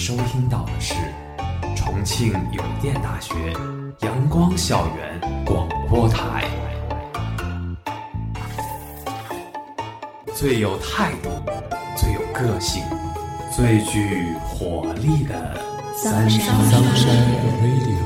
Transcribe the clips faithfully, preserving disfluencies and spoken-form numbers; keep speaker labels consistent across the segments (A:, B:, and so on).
A: 收听到的是重庆邮电大学阳光校园广播台，最有态度、最有个性、最具活力的三山 Radio。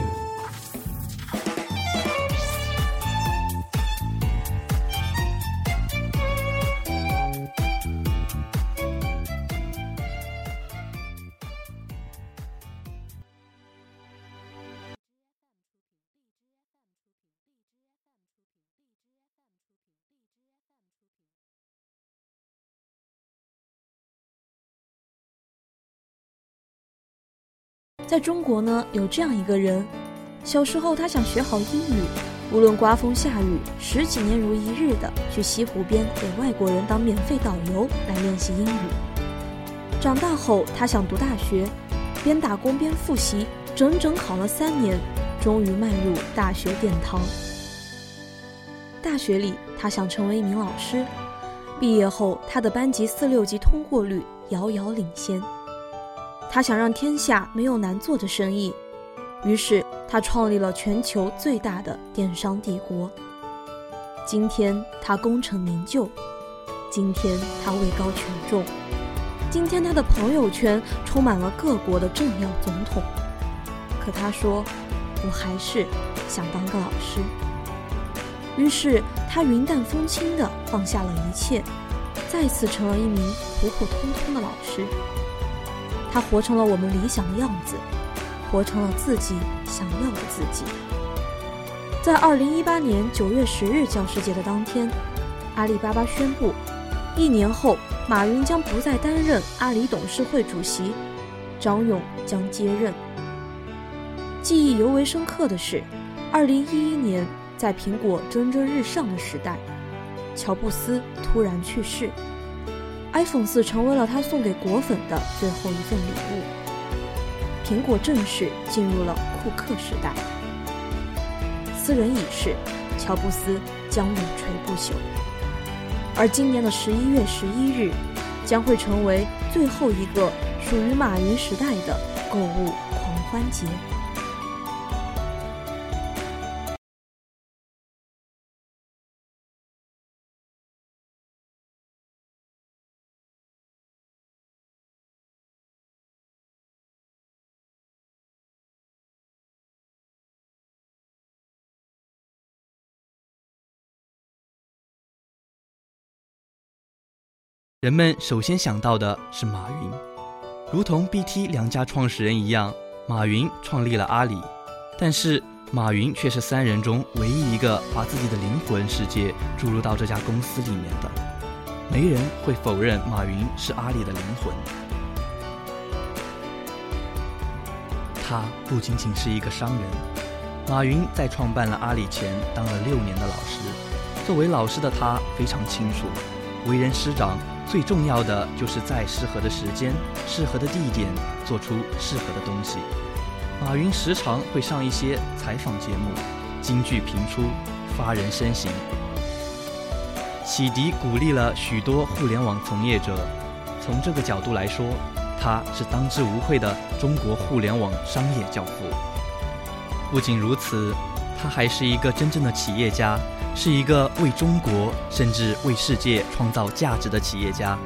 B: 在中国呢，有这样一个人，小时候他想学好英语，无论刮风下雨，十几年如一日的去西湖边给外国人当免费导游来练习英语。长大后他想读大学，边打工边复习，整整考了三年，终于迈入大学殿堂。大学里他想成为一名老师，毕业后他的班级四六级通过率遥遥领先。他想让天下没有难做的生意，于是他创立了全球最大的电商帝国。今天他功成名就，今天他位高权重，今天他的朋友圈充满了各国的政要总统。可他说，我还是想当个老师。于是他云淡风轻地放下了一切，再次成了一名普普通通的老师。他活成了我们理想的样子，活成了自己想要的自己。在二零一八年九月十日教师节的当天，阿里巴巴宣布，一年后马云将不再担任阿里董事会主席，张勇将接任。记忆尤为深刻的是，二零一一年在苹果蒸蒸日上的时代，乔布斯突然去世。iPhone 四成为了他送给果粉的最后一份礼物，苹果正式进入了库克时代。斯人已逝，乔布斯将永垂不朽。而今年的十一月十一日，将会成为最后一个属于马云时代的购物狂欢节。
C: 人们首先想到的是马云，如同 B T 两家创始人一样，马云创立了阿里，但是马云却是三人中唯一一个把自己的灵魂世界注入到这家公司里面的。没人会否认马云是阿里的灵魂。他不仅仅是一个商人，马云在创办了阿里前当了六年的老师。作为老师的他非常清楚，为人师长最重要的就是在适合的时间、适合的地点做出适合的东西。马云时常会上一些采访节目，金句频出，发人深省，启迪鼓励了许多互联网从业者。从这个角度来说，他是当之无愧的中国互联网商业教父。不仅如此，他还是一个真正的企业家，是一个为中国甚至为世界创造价值的企业家。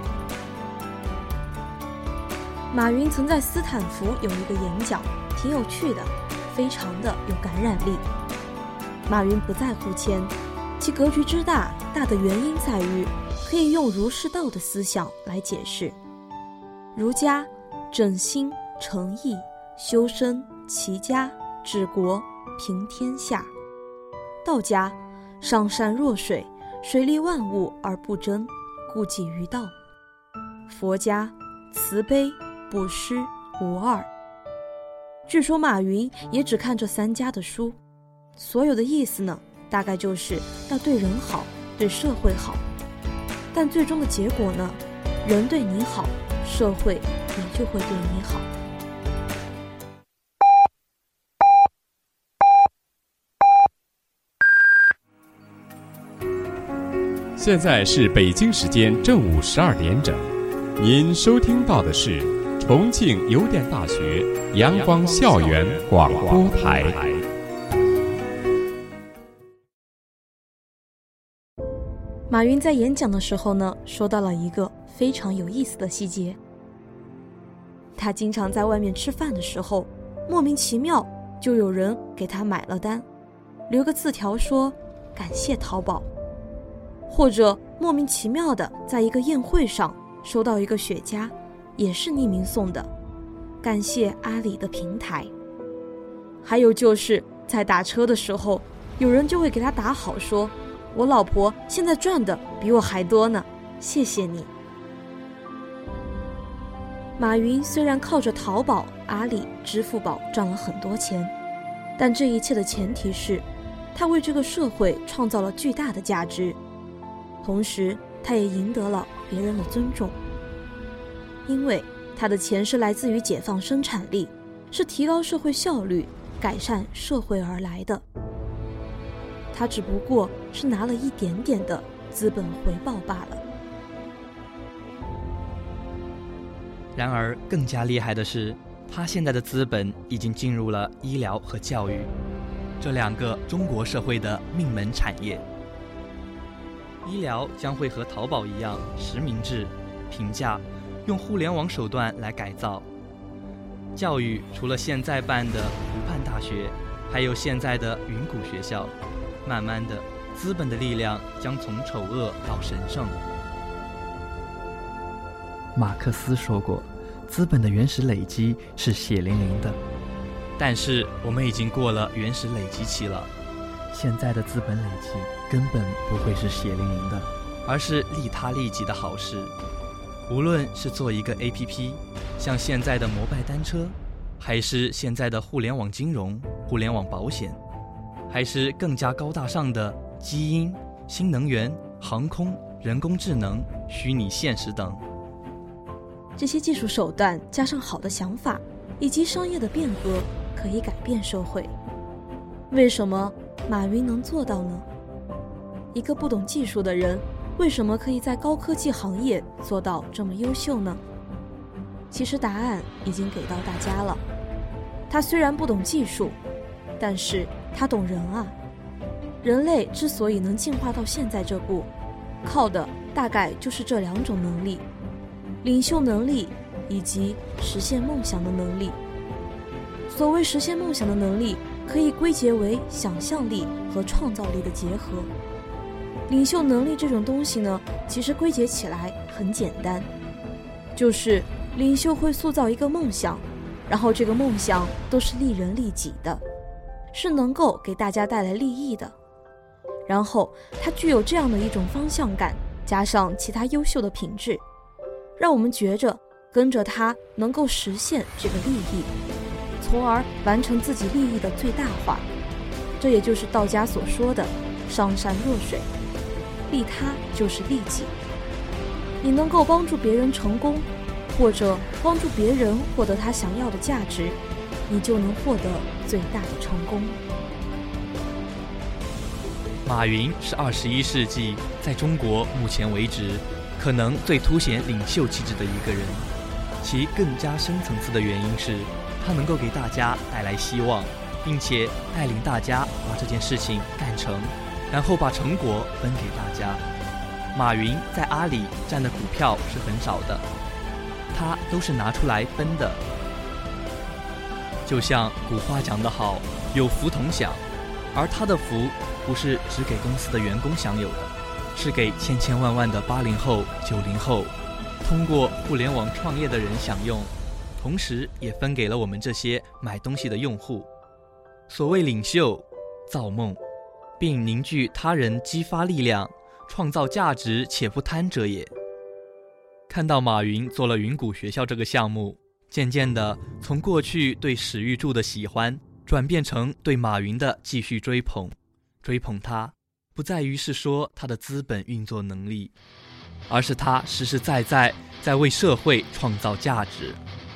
B: 马云曾在斯坦福有一个演讲，挺有趣的，非常的有感染力。马云不在乎钱，其格局之大，大的原因在于可以用儒释道的思想来解释。儒家正心、诚意、修身、齐家、治国、平天下；道家上善若水，水利万物而不争，故几于道；佛家慈悲、布施、无二。据说马云也只看这三家的书，所有的意思呢，大概就是要对人好，对社会好。但最终的结果呢，人对你好，社会也就会对你好。
D: 现在是北京时间正午十二点整，您收听到的是重重庆邮电大学阳光校园广播台。
B: 马云在演讲的时候呢，说到了一个非常有意思的细节。他经常在外面吃饭的时候，莫名其妙就有人给他买了单，留个字条说感谢淘宝，或者莫名其妙的在一个宴会上收到一个雪茄，也是匿名送的，感谢阿里的平台。还有就是在打车的时候，有人就会给他打好说，我老婆现在赚的比我还多呢，谢谢你。马云虽然靠着淘宝、阿里、支付宝赚了很多钱，但这一切的前提是他为这个社会创造了巨大的价值，同时他也赢得了别人的尊重。因为他的钱是来自于解放生产力，是提高社会效率、改善社会而来的。他只不过是拿了一点点的资本回报罢了。
C: 然而更加厉害的是，他现在的资本已经进入了医疗和教育这两个中国社会的命门产业。医疗将会和淘宝一样实名制、评价，用互联网手段来改造。教育除了现在办的湖畔大学，还有现在的云谷学校，慢慢的，资本的力量将从丑恶到神圣。马克思说过，资本的原始累积是血淋淋的，但是我们已经过了原始累积期了。现在的资本累积根本不会是血淋淋的，而是利他利己的好事。无论是做一个 A P P， 像现在的摩拜单车，还是现在的互联网金融、互联网保险，还是更加高大上的基因、新能源、航空、人工智能、虚拟现实等。
B: 这些技术手段加上好的想法以及商业的变革，可以改变社会。为什么马云能做到呢？一个不懂技术的人，为什么可以在高科技行业做到这么优秀呢？其实答案已经给到大家了。他虽然不懂技术，但是他懂人啊。人类之所以能进化到现在这步，靠的大概就是这两种能力：领袖能力以及实现梦想的能力。所谓实现梦想的能力，可以归结为想象力和创造力的结合。领袖能力这种东西呢，其实归结起来很简单，就是领袖会塑造一个梦想，然后这个梦想都是利人利己的，是能够给大家带来利益的。然后他具有这样的一种方向感，加上其他优秀的品质，让我们觉着跟着他能够实现这个利益，从而完成自己利益的最大化。这也就是道家所说的上善若水，利他就是利己。你能够帮助别人成功，或者帮助别人获得他想要的价值，你就能获得最大的成功。
C: 马云是二十一世纪在中国目前为止可能最凸显领袖气质的一个人，其更加深层次的原因是他能够给大家带来希望，并且带领大家把这件事情干成，然后把成果分给大家。马云在阿里占的股票是很少的，他都是拿出来分的。就像古话讲得好，有福同享，而他的福不是只给公司的员工享有的，是给千千万万的八零后、九零后，通过互联网创业的人享用，同时也分给了我们这些买东西的用户。所谓领袖，造梦，并凝聚他人激发力量，创造价值且不贪者也。看到马云做了云谷学校这个项目，渐渐的从过去对史玉柱的喜欢，转变成对马云的继续追捧。追捧他，不在于是说他的资本运作能力，而是他实实在在在为社会创造价值。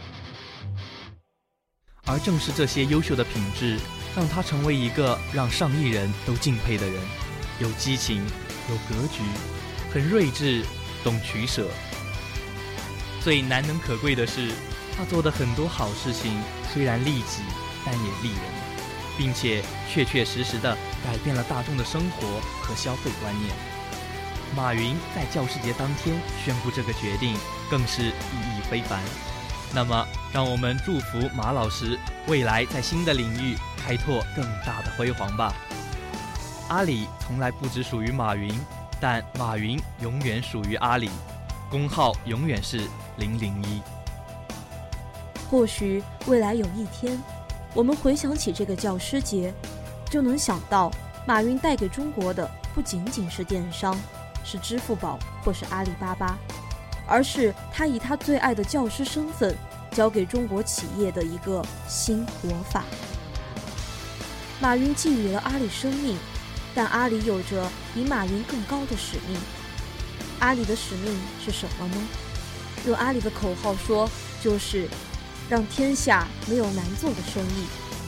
C: 而正是这些优秀的品质，让他成为一个让上亿人都敬佩的人，有激情，有格局，很睿智，懂取舍。最难能可贵的是， 他做的很多好事情虽然利己，但也利人，并且确确实实地改变了大众的生活和消费观念。马云在教师节当天宣布这个决定，更是意义非凡。那么让我们祝福马老师未来在新的领域开拓更大的辉煌吧。阿里从来不只属于马云，但马云永远属于阿里，工号永远是零零一。
B: 或许未来有一天，我们回想起这个教师节，就能想到马云带给中国的不仅仅是电商，是支付宝或是阿里巴巴，而是他以他最爱的教师身份交给中国企业的一个新活法。马云寄予了阿里生命，但阿里有着比马云更高的使命。阿里的使命是什么呢？用阿里的口号说，就是让天下没有难做的生意。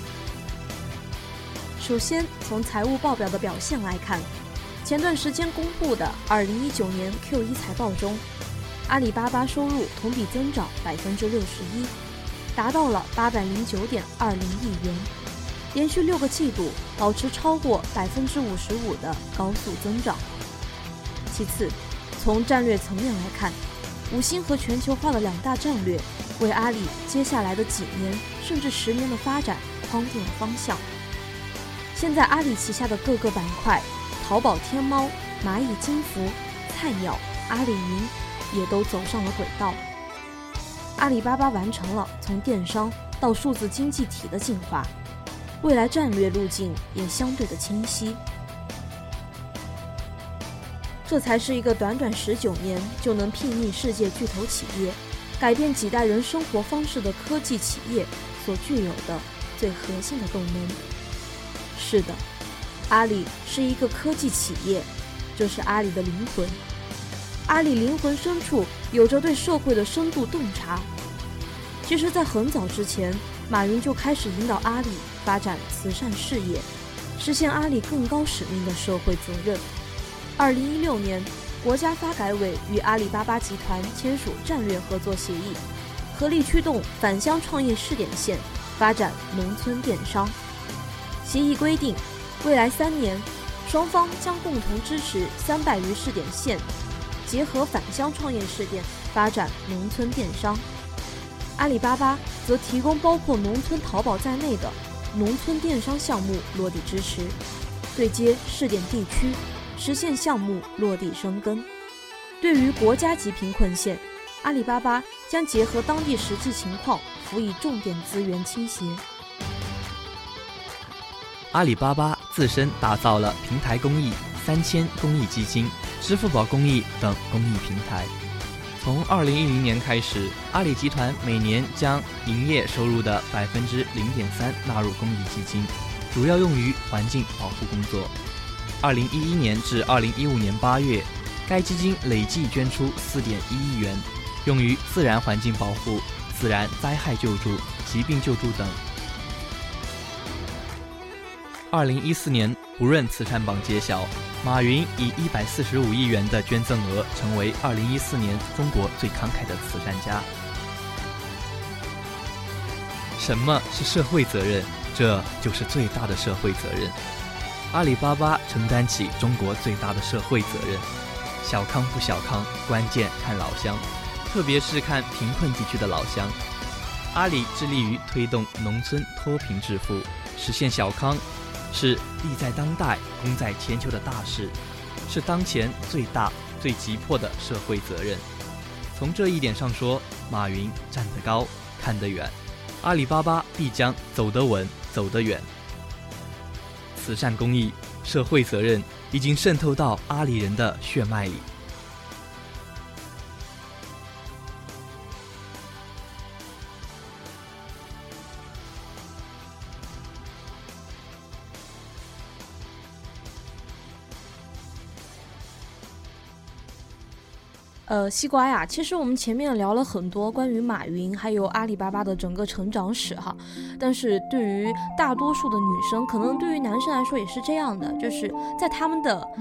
B: 首先，从财务报表的表现来看，前段时间公布的二零一九年 Q 一 财报中，阿里巴巴收入同比增长百分之六十一，达到了八百零九点二零亿元，连续六个季度保持超过百分之五十五的高速增长。其次，从战略层面来看，五星和全球化的两大战略为阿里接下来的几年甚至十年的发展框定了方向。现在阿里旗下的各个板块，淘宝、天猫、蚂蚁金服、菜鸟、阿里云也都走上了轨道。阿里巴巴完成了从电商到数字经济体的进化，未来战略路径也相对的清晰。这才是一个短短十九年就能媲美世界巨头企业，改变几代人生活方式的科技企业所具有的最核心的动能。是的，阿里是一个科技企业，这是阿里的灵魂。阿里灵魂深处有着对社会的深度洞察。其实在很早之前，马云就开始引导阿里发展慈善事业，实现阿里更高使命的社会责任。二零一六年，国家发改委与阿里巴巴集团签署战略合作协议，合力驱动返乡创业试点线，发展农村电商。协议规定，未来三年，双方将共同支持三百余试点线，结合返乡创业试点，发展农村电商。阿里巴巴则提供包括农村淘宝在内的农村电商项目落地支持，对接试点地区，实现项目落地生根。对于国家级贫困县，阿里巴巴将结合当地实际情况，辅以重点资源倾斜。
C: 阿里巴巴自身打造了平台公益、三千公益基金、支付宝公益等公益平台。从二零一零年开始，阿里集团每年将营业收入的百分之零点三纳入公益基金，主要用于环境保护工作。二零一一年至二零一五年八月，该基金累计捐出四点一亿元，用于自然环境保护、自然灾害救助、疾病救助等。二零一四年胡润慈善榜揭晓，马云以一百四十五亿元的捐赠额，成为二零一四年中国最慷慨的慈善家。什么是社会责任？这就是最大的社会责任。阿里巴巴承担起中国最大的社会责任。小康不小康，关键看老乡，特别是看贫困地区的老乡。阿里致力于推动农村脱贫致富，实现小康，是利在当代、功在千秋的大事，是当前最大、最急迫的社会责任。从这一点上说，马云站得高，看得远，阿里巴巴必将走得稳，走得远。慈善公益、社会责任已经渗透到阿里人的血脉里。
B: 呃，西瓜呀，其实我们前面聊了很多关于马云还有阿里巴巴的整个成长史哈，但是对于大多数的女生，可能对于男生来说也是这样的，就是在他们的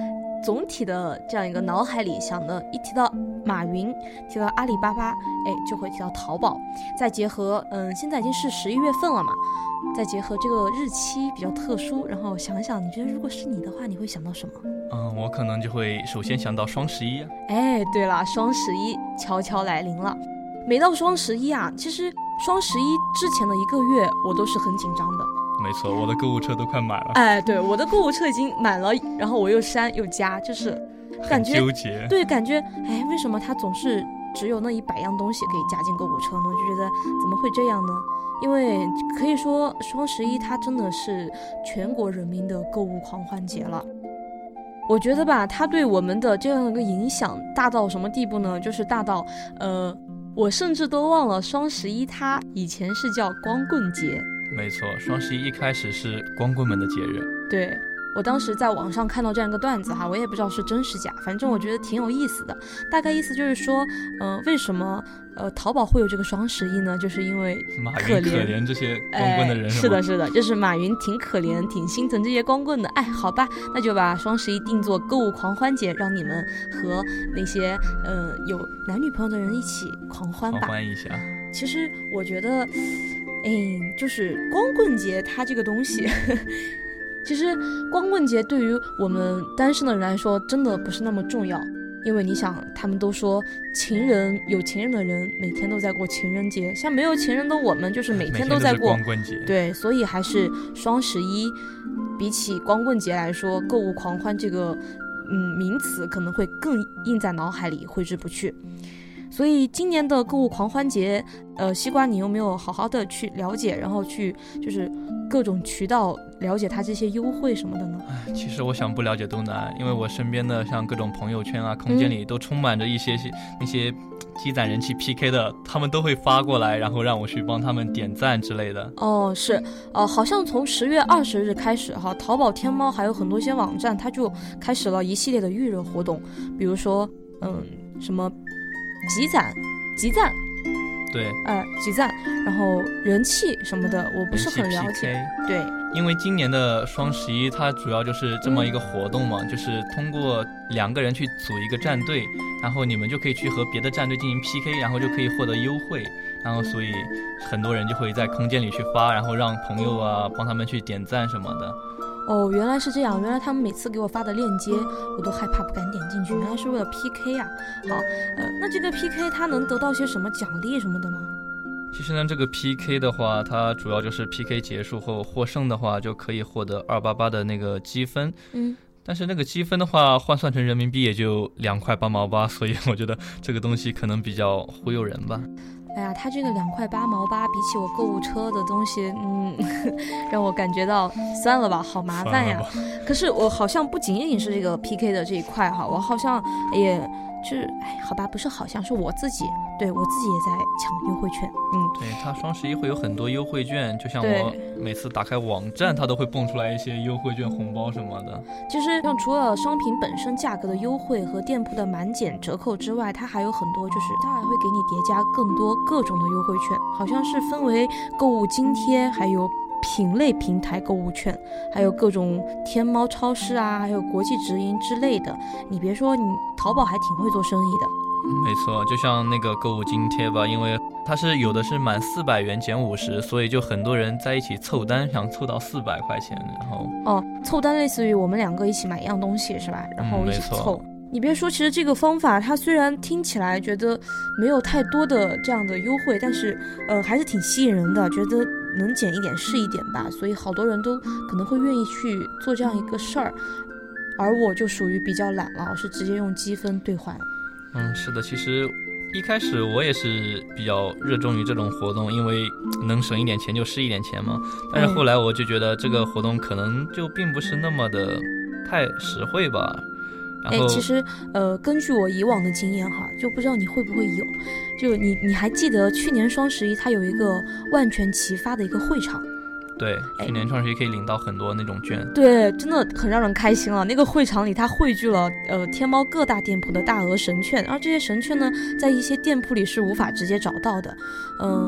B: 总体的这样一个脑海里想的，一提到马云，提到阿里巴巴，哎，就会提到淘宝。再结合，嗯，现在已经是十一月份了嘛，再结合这个日期比较特殊，然后想一想，你觉得如果是你的话，你会想到什么？
C: 嗯，我可能就会首先想到双十一啊。
B: 哎，对了，双十一悄悄来临了。每到双十一啊，其实双十一之前的一个月，我都是很紧张的。
C: 没错，我的购物车都快满了。
B: 哎，对，我的购物车已经满了，然后我又删又加，就是感觉
C: 纠结。
B: 对，感觉哎，为什么它总是只有那一百样东西可以加进购物车呢？就觉得怎么会这样呢？因为可以说双十一它真的是全国人民的购物狂欢节了。我觉得吧，它对我们的这样一个影响大到什么地步呢？就是大到呃，我甚至都忘了双十一它以前是叫光棍节。
C: 没错，双十一一开始是光棍们的节日。
B: 对，我当时在网上看到这样一个段子哈，我也不知道是真是假，反正我觉得挺有意思的。大概意思就是说，呃，为什么呃淘宝会有这个双十一呢？就是因为
C: 马云可怜这些光棍的人、哎、
B: 是的，是的，就是马云挺可怜，挺心疼这些光棍的。哎，好吧，那就把双十一定做购物狂欢节，让你们和那些呃有男女朋友的人一起狂欢吧，
C: 狂欢一下。
B: 其实我觉得。哎，就是光棍节它这个东西呵呵，其实光棍节对于我们单身的人来说真的不是那么重要，因为你想他们都说情人有情人的人每天都在过情人节，像没有情人的我们就是每天都在过
C: 光棍节。
B: 对，所以还是双十一比起光棍节来说，购物狂欢这个嗯名词可能会更印在脑海里挥之不去。所以今年的购物狂欢节，呃，西瓜你有没有好好的去了解，然后去就是各种渠道了解它这些优惠什么的呢？
C: 唉，其实我想不了解都难，因为我身边的像各种朋友圈啊、空间里都充满着一些、嗯、那些积攒人气 P K 的，他们都会发过来，然后让我去帮他们点赞之类的。
B: 哦，是，呃，好像从十月二十日开始哈，淘宝、天猫还有很多些网站，它就开始了一系列的预热活动，比如说，嗯，什么。集赞集赞
C: 对，
B: 呃，集赞，然后人气什么的我不是很了解。对，
C: 因为今年的双十一它主要就是这么一个活动嘛、嗯、就是通过两个人去组一个战队，然后你们就可以去和别的战队进行 P K， 然后就可以获得优惠，然后所以很多人就会在空间里去发，然后让朋友啊帮他们去点赞什么的。
B: 哦，原来是这样，原来他们每次给我发的链接我都害怕不敢点进去，原来是为了 P K 啊。好，呃，那这个 P K 它能得到些什么奖励什么的吗？
C: 其实呢，这个 P K 的话，它主要就是 P K 结束后获胜的话就可以获得二八八的那个积分。
B: 嗯，
C: 但是那个积分的话换算成人民币也就两块八毛八，所以我觉得这个东西可能比较忽悠人吧。
B: 哎呀，它这个两块八毛八，比起我购物车的东西，嗯，让我感觉到算了吧，好麻烦呀。可是我好像不仅仅是这个 P K 的这一块哈，我好像也就是，哎，好吧，不是好像是我自己，对我自己也在抢优惠券。嗯，
C: 对，它双十一会有很多优惠券，就像我每次打开网站，它都会蹦出来一些优惠券、红包什么的。
B: 其实像除了商品本身价格的优惠和店铺的满减折扣之外，它还有很多，就是它还会给你叠加更多各种的优惠券，好像是分为购物津贴，还有品类平台购物券，还有各种天猫超市啊，还有国际直营之类的。你别说，你淘宝还挺会做生意的。
C: 没错，就像那个购物津贴吧，因为它是有的是满四百元减五十，所以就很多人在一起凑单，想凑到四百块钱，然后
B: 哦，凑单类似于我们两个一起买一样东西是吧？然后一起凑。嗯，你别说，其实这个方法它虽然听起来觉得没有太多的这样的优惠，但是呃还是挺吸引人的，觉得能减一点是一点吧，所以好多人都可能会愿意去做这样一个事儿。而我就属于比较懒了，我是直接用积分兑换。
C: 嗯，是的，其实一开始我也是比较热衷于这种活动，因为能省一点钱就是一点钱嘛。但是后来我就觉得这个活动可能就并不是那么的太实惠吧。
B: 哎，其实呃，根据我以往的经验哈，就不知道你会不会有，就你你还记得去年双十一它有一个万全齐发的一个会场？
C: 对，去年双十一可以领到很多那种券。
B: 对，真的很让人开心了。那个会场里它汇聚了呃天猫各大店铺的大额神券，而这些神券呢，在一些店铺里是无法直接找到的。嗯、呃，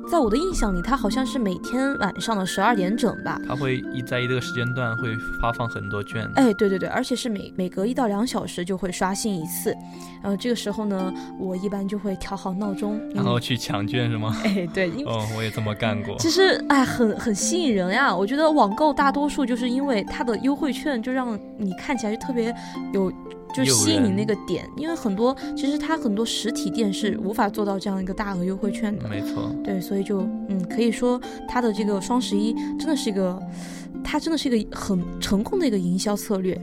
B: 在我的印象里，它好像是每天晚上的十二点整吧。
C: 它会一在一个时间段会发放很多券。
B: 哎，对对对，而且是每每隔一到两小时就会刷新一次。然后这个时候呢，我一般就会调好闹钟，
C: 然后去抢券是吗？
B: 哎，对，因为
C: 哦，我也这么干过。
B: 其实哎，很很吸引人呀。我觉得网购大多数就是因为它的优惠券，就让你看起来就特别有。就吸引你那个点，因为很多其实它很多实体店是无法做到这样一个大额优惠券的，
C: 没错。
B: 对，所以就嗯，可以说它的这个双十一真的是一个，它真的是一个很成功的一个营销策略。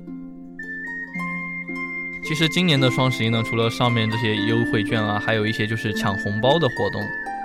C: 其实今年的双十一呢，除了上面这些优惠券啊，还有一些就是抢红包的活动。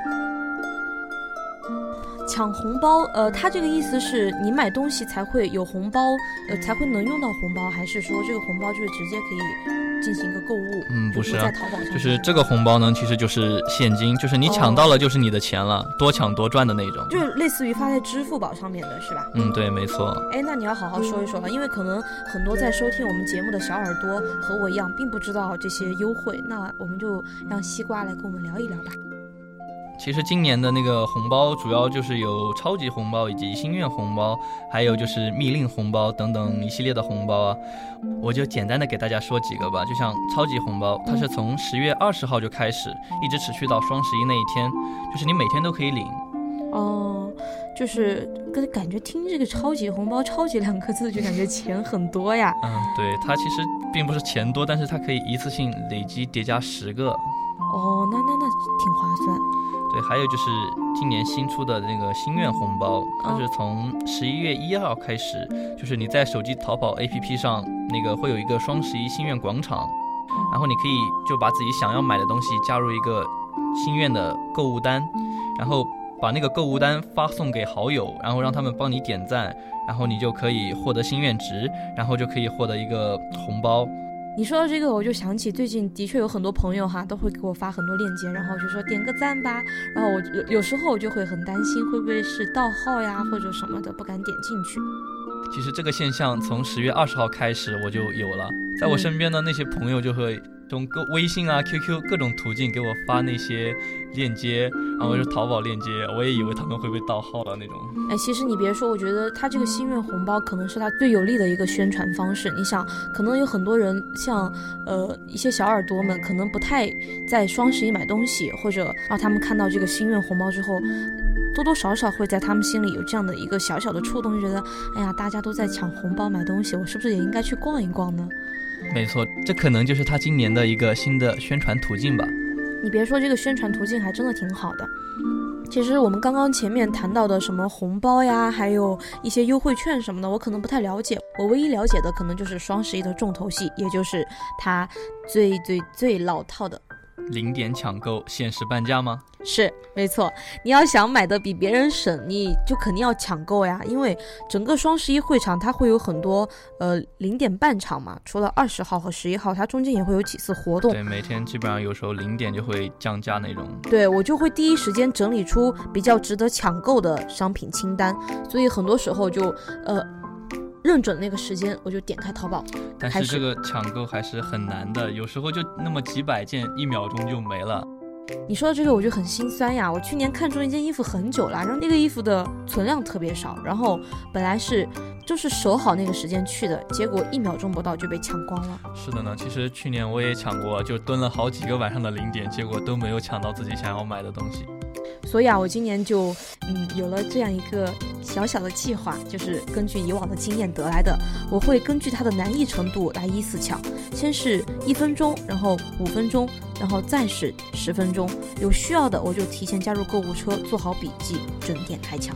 B: 抢红包，呃，它这个意思是你买东西才会有红包，呃，才会能用到红包，还是说这个红包就是直接可以进行一个购物？
C: 嗯，不是啊，
B: 在淘宝上
C: 就是这个红包呢，其实就是现金，就是你抢到了就是你的钱了，哦、多抢多赚的那种，
B: 就是类似于发在支付宝上面的是吧？
C: 嗯，对，没错。
B: 哎，那你要好好说一说了，因为可能很多在收听我们节目的小耳朵和我一样，并不知道这些优惠，那我们就让西瓜来跟我们聊一聊吧。
C: 其实今年的那个红包主要就是有超级红包以及心愿红包，还有就是密令红包等等一系列的红包啊。我就简单的给大家说几个吧。就像超级红包，它是从十月二十号就开始，一直持续到双十一那一天，就是你每天都可以领。
B: 哦，就是跟感觉听这个超级红包，超级两个字就感觉钱很多呀。
C: 嗯，对，它其实并不是钱多，但是它可以一次性累积叠加十个。
B: 哦，那那那挺划算。
C: 对，还有就是今年新出的那个心愿红包，它是从十一月一号开始，就是你在手机淘宝 A P P 上那个会有一个双十一心愿广场，然后你可以就把自己想要买的东西加入一个心愿的购物单，然后把那个购物单发送给好友，然后让他们帮你点赞，然后你就可以获得心愿值，然后就可以获得一个红包。
B: 你说到这个，我就想起最近的确有很多朋友哈，都会给我发很多链接，然后就说点个赞吧，然后我有有时候我就会很担心会不会是盗号呀或者什么的，不敢点进去。
C: 其实这个现象从十月二十号开始我就有了，在我身边的那些朋友就会从微信啊 Q Q 各种途径给我发那些链接，然后是淘宝链接，我也以为他们会被盗号了那种。
B: 哎，其实你别说，我觉得他这个心愿红包可能是他最有力的一个宣传方式。你想，可能有很多人像呃一些小耳朵们，可能不太在双十一买东西，或者让他们看到这个心愿红包之后，多多少少会在他们心里有这样的一个小小的触动，就觉得哎呀，大家都在抢红包买东西，我是不是也应该去逛一逛呢？
C: 没错，这可能就是他今年的一个新的宣传途径吧。
B: 你别说，这个宣传途径还真的挺好的。其实我们刚刚前面谈到的什么红包呀，还有一些优惠券什么的，我可能不太了解。我唯一了解的可能就是双十一的重头戏，也就是它最最最老套的
C: 零点抢购限时半价吗？
B: 是，没错。你要想买的比别人省，你就肯定要抢购呀。因为整个双十一会场它会有很多呃零点半场嘛，除了二十号和十一号，它中间也会有几次活动。
C: 对，每天基本上有时候零点就会降价那种。
B: 对，我就会第一时间整理出比较值得抢购的商品清单，所以很多时候就呃。认准那个时间，我就点开淘宝。
C: 但是这个抢购还是很难的，有时候就那么几百件，一秒钟就没了。
B: 你说的这个我就很心酸呀，我去年看中一件衣服很久了，然后那个衣服的存量特别少，然后本来是就是守好那个时间去的，结果一秒钟不到就被抢光了。
C: 是的呢，其实去年我也抢过，就蹲了好几个晚上的零点，结果都没有抢到自己想要买的东西。
B: 所以啊，我今年就嗯有了这样一个小小的计划，就是根据以往的经验得来的，我会根据它的难易程度来依次抢，先是一分钟，然后五分钟，然后再是十分钟，有需要的我就提前加入购物车，做好笔记，准点开抢。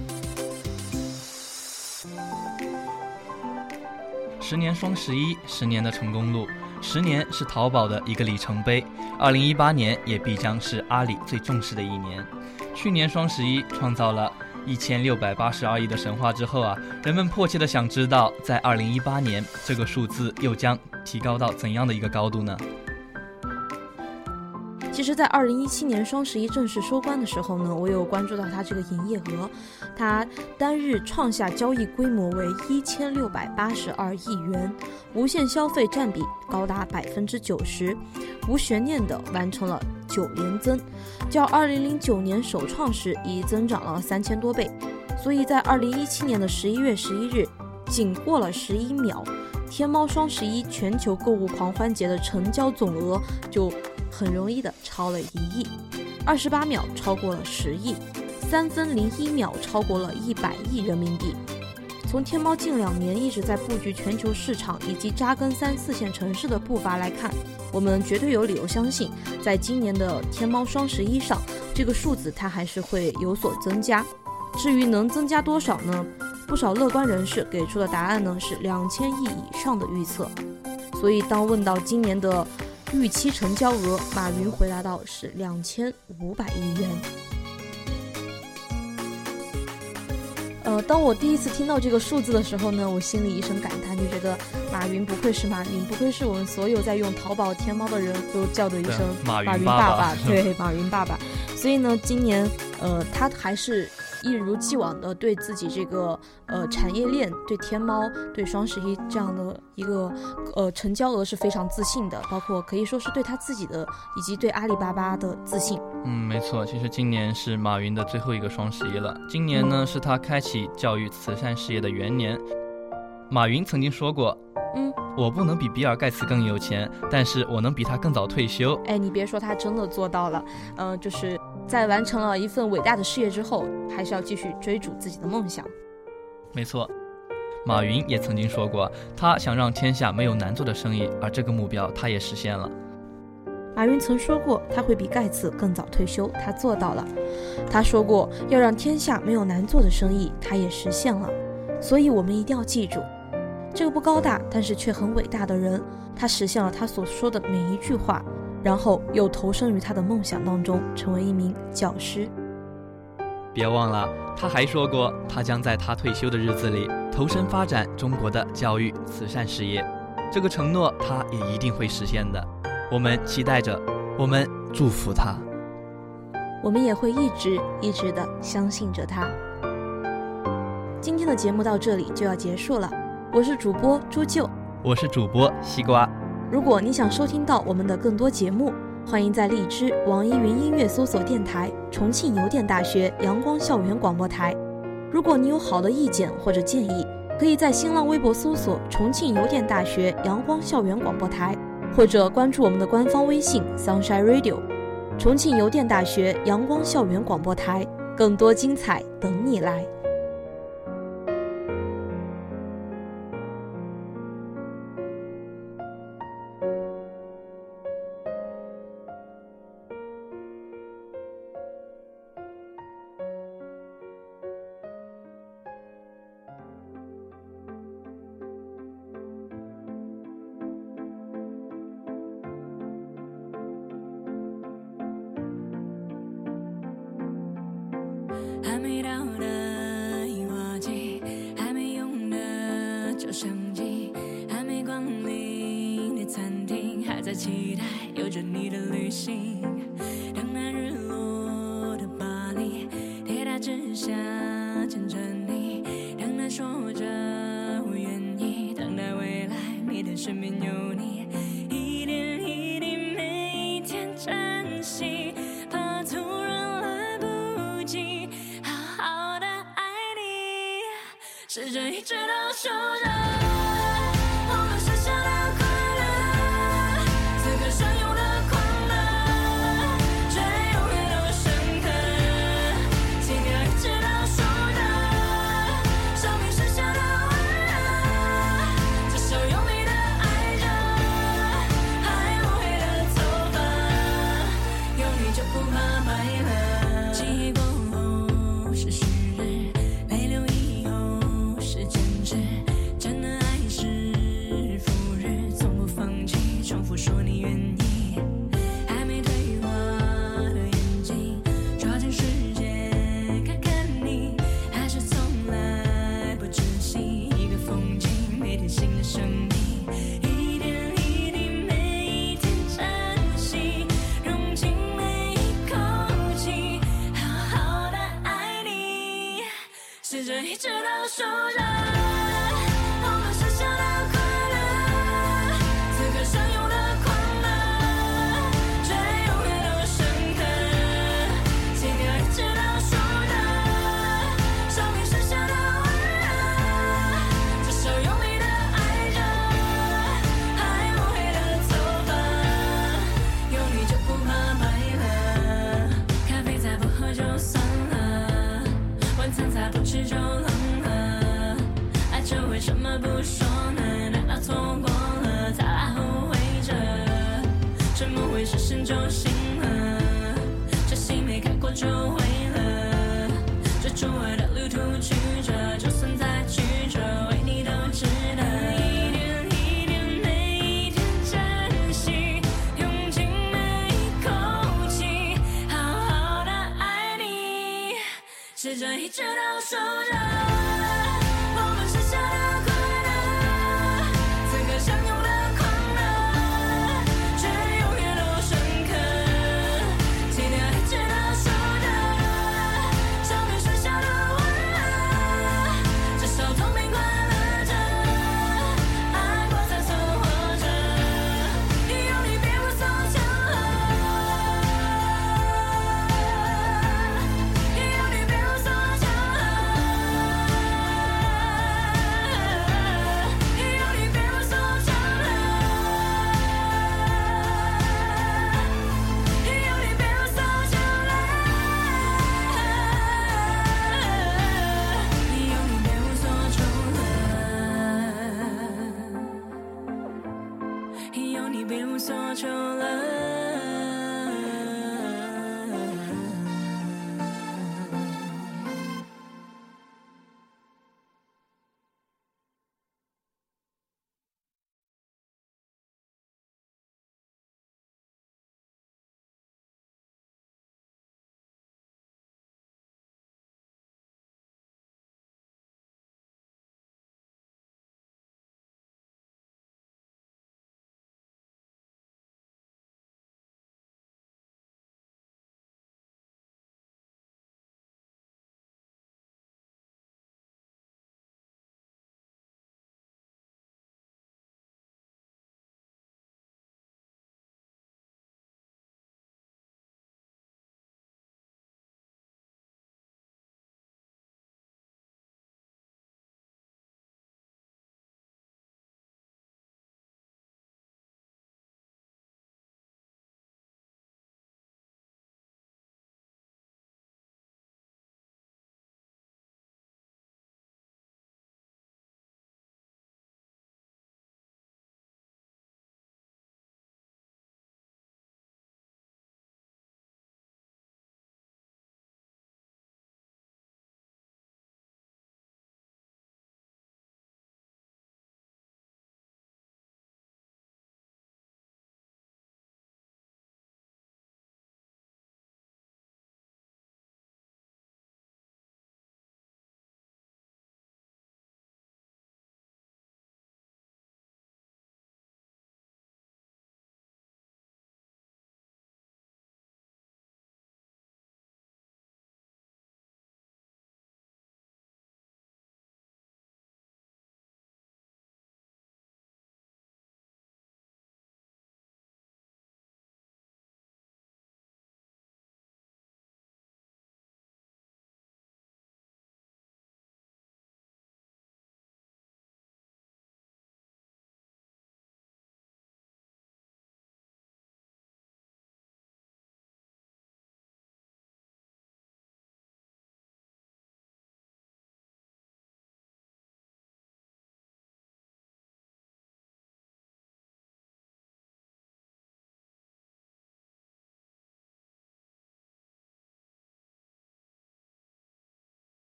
C: 十年双十一，十年的成功路，十年是淘宝的一个里程碑，二零一八年也必将是阿里最重视的一年。去年双十一创造了一千六百八十二亿的神话之后啊，人们迫切的想知道，在二零一八年这个数字又将提高到怎样的一个高度呢？
B: 其实在二零一七年双十一正式收官的时候呢，我有关注到它这个营业额，它单日创下交易规模为一千六百八十二亿元，无限消费占比高达百分之九十，无悬念的完成了九连增，较二零零九年首创时已增长了三千多倍。所以在二零一七年的十一月十一日，仅过了十一秒，天猫双十一全球购物狂欢节的成交总额就很容易的超了一亿，二十八秒超过了十亿，三分零一秒超过了一百亿人民币。从天猫近两年一直在布局全球市场以及扎根三四线城市的步伐来看，我们绝对有理由相信，在今年的天猫双十一上，这个数字它还是会有所增加。至于能增加多少呢？不少乐观人士给出的答案呢是两千亿以上的预测。所以当问到今年的预期成交额，马云回答到是两千五百亿元。呃，当我第一次听到这个数字的时候呢，我心里一声感叹，就觉得马云不愧是马云，不愧是我们所有在用淘宝天猫的人都叫的一声
C: 马云
B: 马云
C: 爸
B: 爸，对，马云爸爸。所以呢，今年呃，他还是一如既往的对自己这个呃产业链、对天猫、对双十一这样的一个呃成交额是非常自信的，包括可以说是对他自己的以及对阿里巴巴的自信。
C: 嗯，没错，其实今年是马云的最后一个双十一了。今年呢，是他开启教育慈善事业的元年。马云曾经说过，嗯，我不能比比尔盖茨更有钱，但是我能比他更早退休。
B: 哎，你别说，他真的做到了。嗯、呃，就是在完成了一份伟大的事业之后，还是要继续追逐自己的梦想。
C: 没错，马云也曾经说过，他想让天下没有难做的生意，而这个目标他也实现了。
B: 马云曾说过他会比盖茨更早退休，他做到了。他说过要让天下没有难做的生意，他也实现了。所以我们一定要记住，这个不高大但是却很伟大的人，他实现了他所说的每一句话，然后又投身于他的梦想当中，成为一名教师。
C: 别忘了，他还说过他将在他退休的日子里投身发展中国的教育慈善事业，这个承诺他也一定会实现的。我们期待着，我们祝福他，
B: 我们也会一直一直的相信着他。今天的节目到这里就要结束了，我是主播朱舅，
C: 我是主播西瓜。
B: 如果你想收听到我们的更多节目，欢迎在荔枝、网易云音乐搜索电台重庆邮电大学阳光校园广播台。如果你有好的意见或者建议，可以在新浪微博搜索重庆邮电大学阳光校园广播台，或者关注我们的官方微信 Sunshine Radio， 重庆邮电大学阳光校园广播台，更多精彩等你来。
E: 还没到的樱花季，还没用的照相机，还没光临的餐厅，还在期待有着你的旅行。等那日落的巴黎，铁塔之下牵着你，等那说着我愿意，等待未来你的身边有你，一点一滴每一天珍惜，怕突然来不及试着一直都守着我们剩下的快乐，此刻相拥的快乐，却永远都深刻，心跳一直都守着生命剩下的温热，这首有你的爱着，还无悔的头发，有你就不怕白了。记忆过后是虚日，泪流以后真的爱是赴日，从不放弃，重复说你愿意。还没退化的眼睛，抓紧时间看看你，还是从来不珍惜一个风景，每天新的生命，一点一滴每一天珍惜，融进熟人，我们剩下的快乐，此刻相拥的狂热，却永远都深刻。今天一直到熟人，生命剩下的温热，这首用力的爱着，还抹黑的头发，有你就不怕白了，咖啡再不喝就算了，晚餐再不吃就冷了，爱着为什么不说呢？难道错过了才来后悔着？沉默会是深就醒了，这心没开过就毁了，这出爱的旅途曲折，就算再曲折，为你都值得。一点一点每一天珍惜，用尽每一口气，好好的爱你，是这一直到熟人。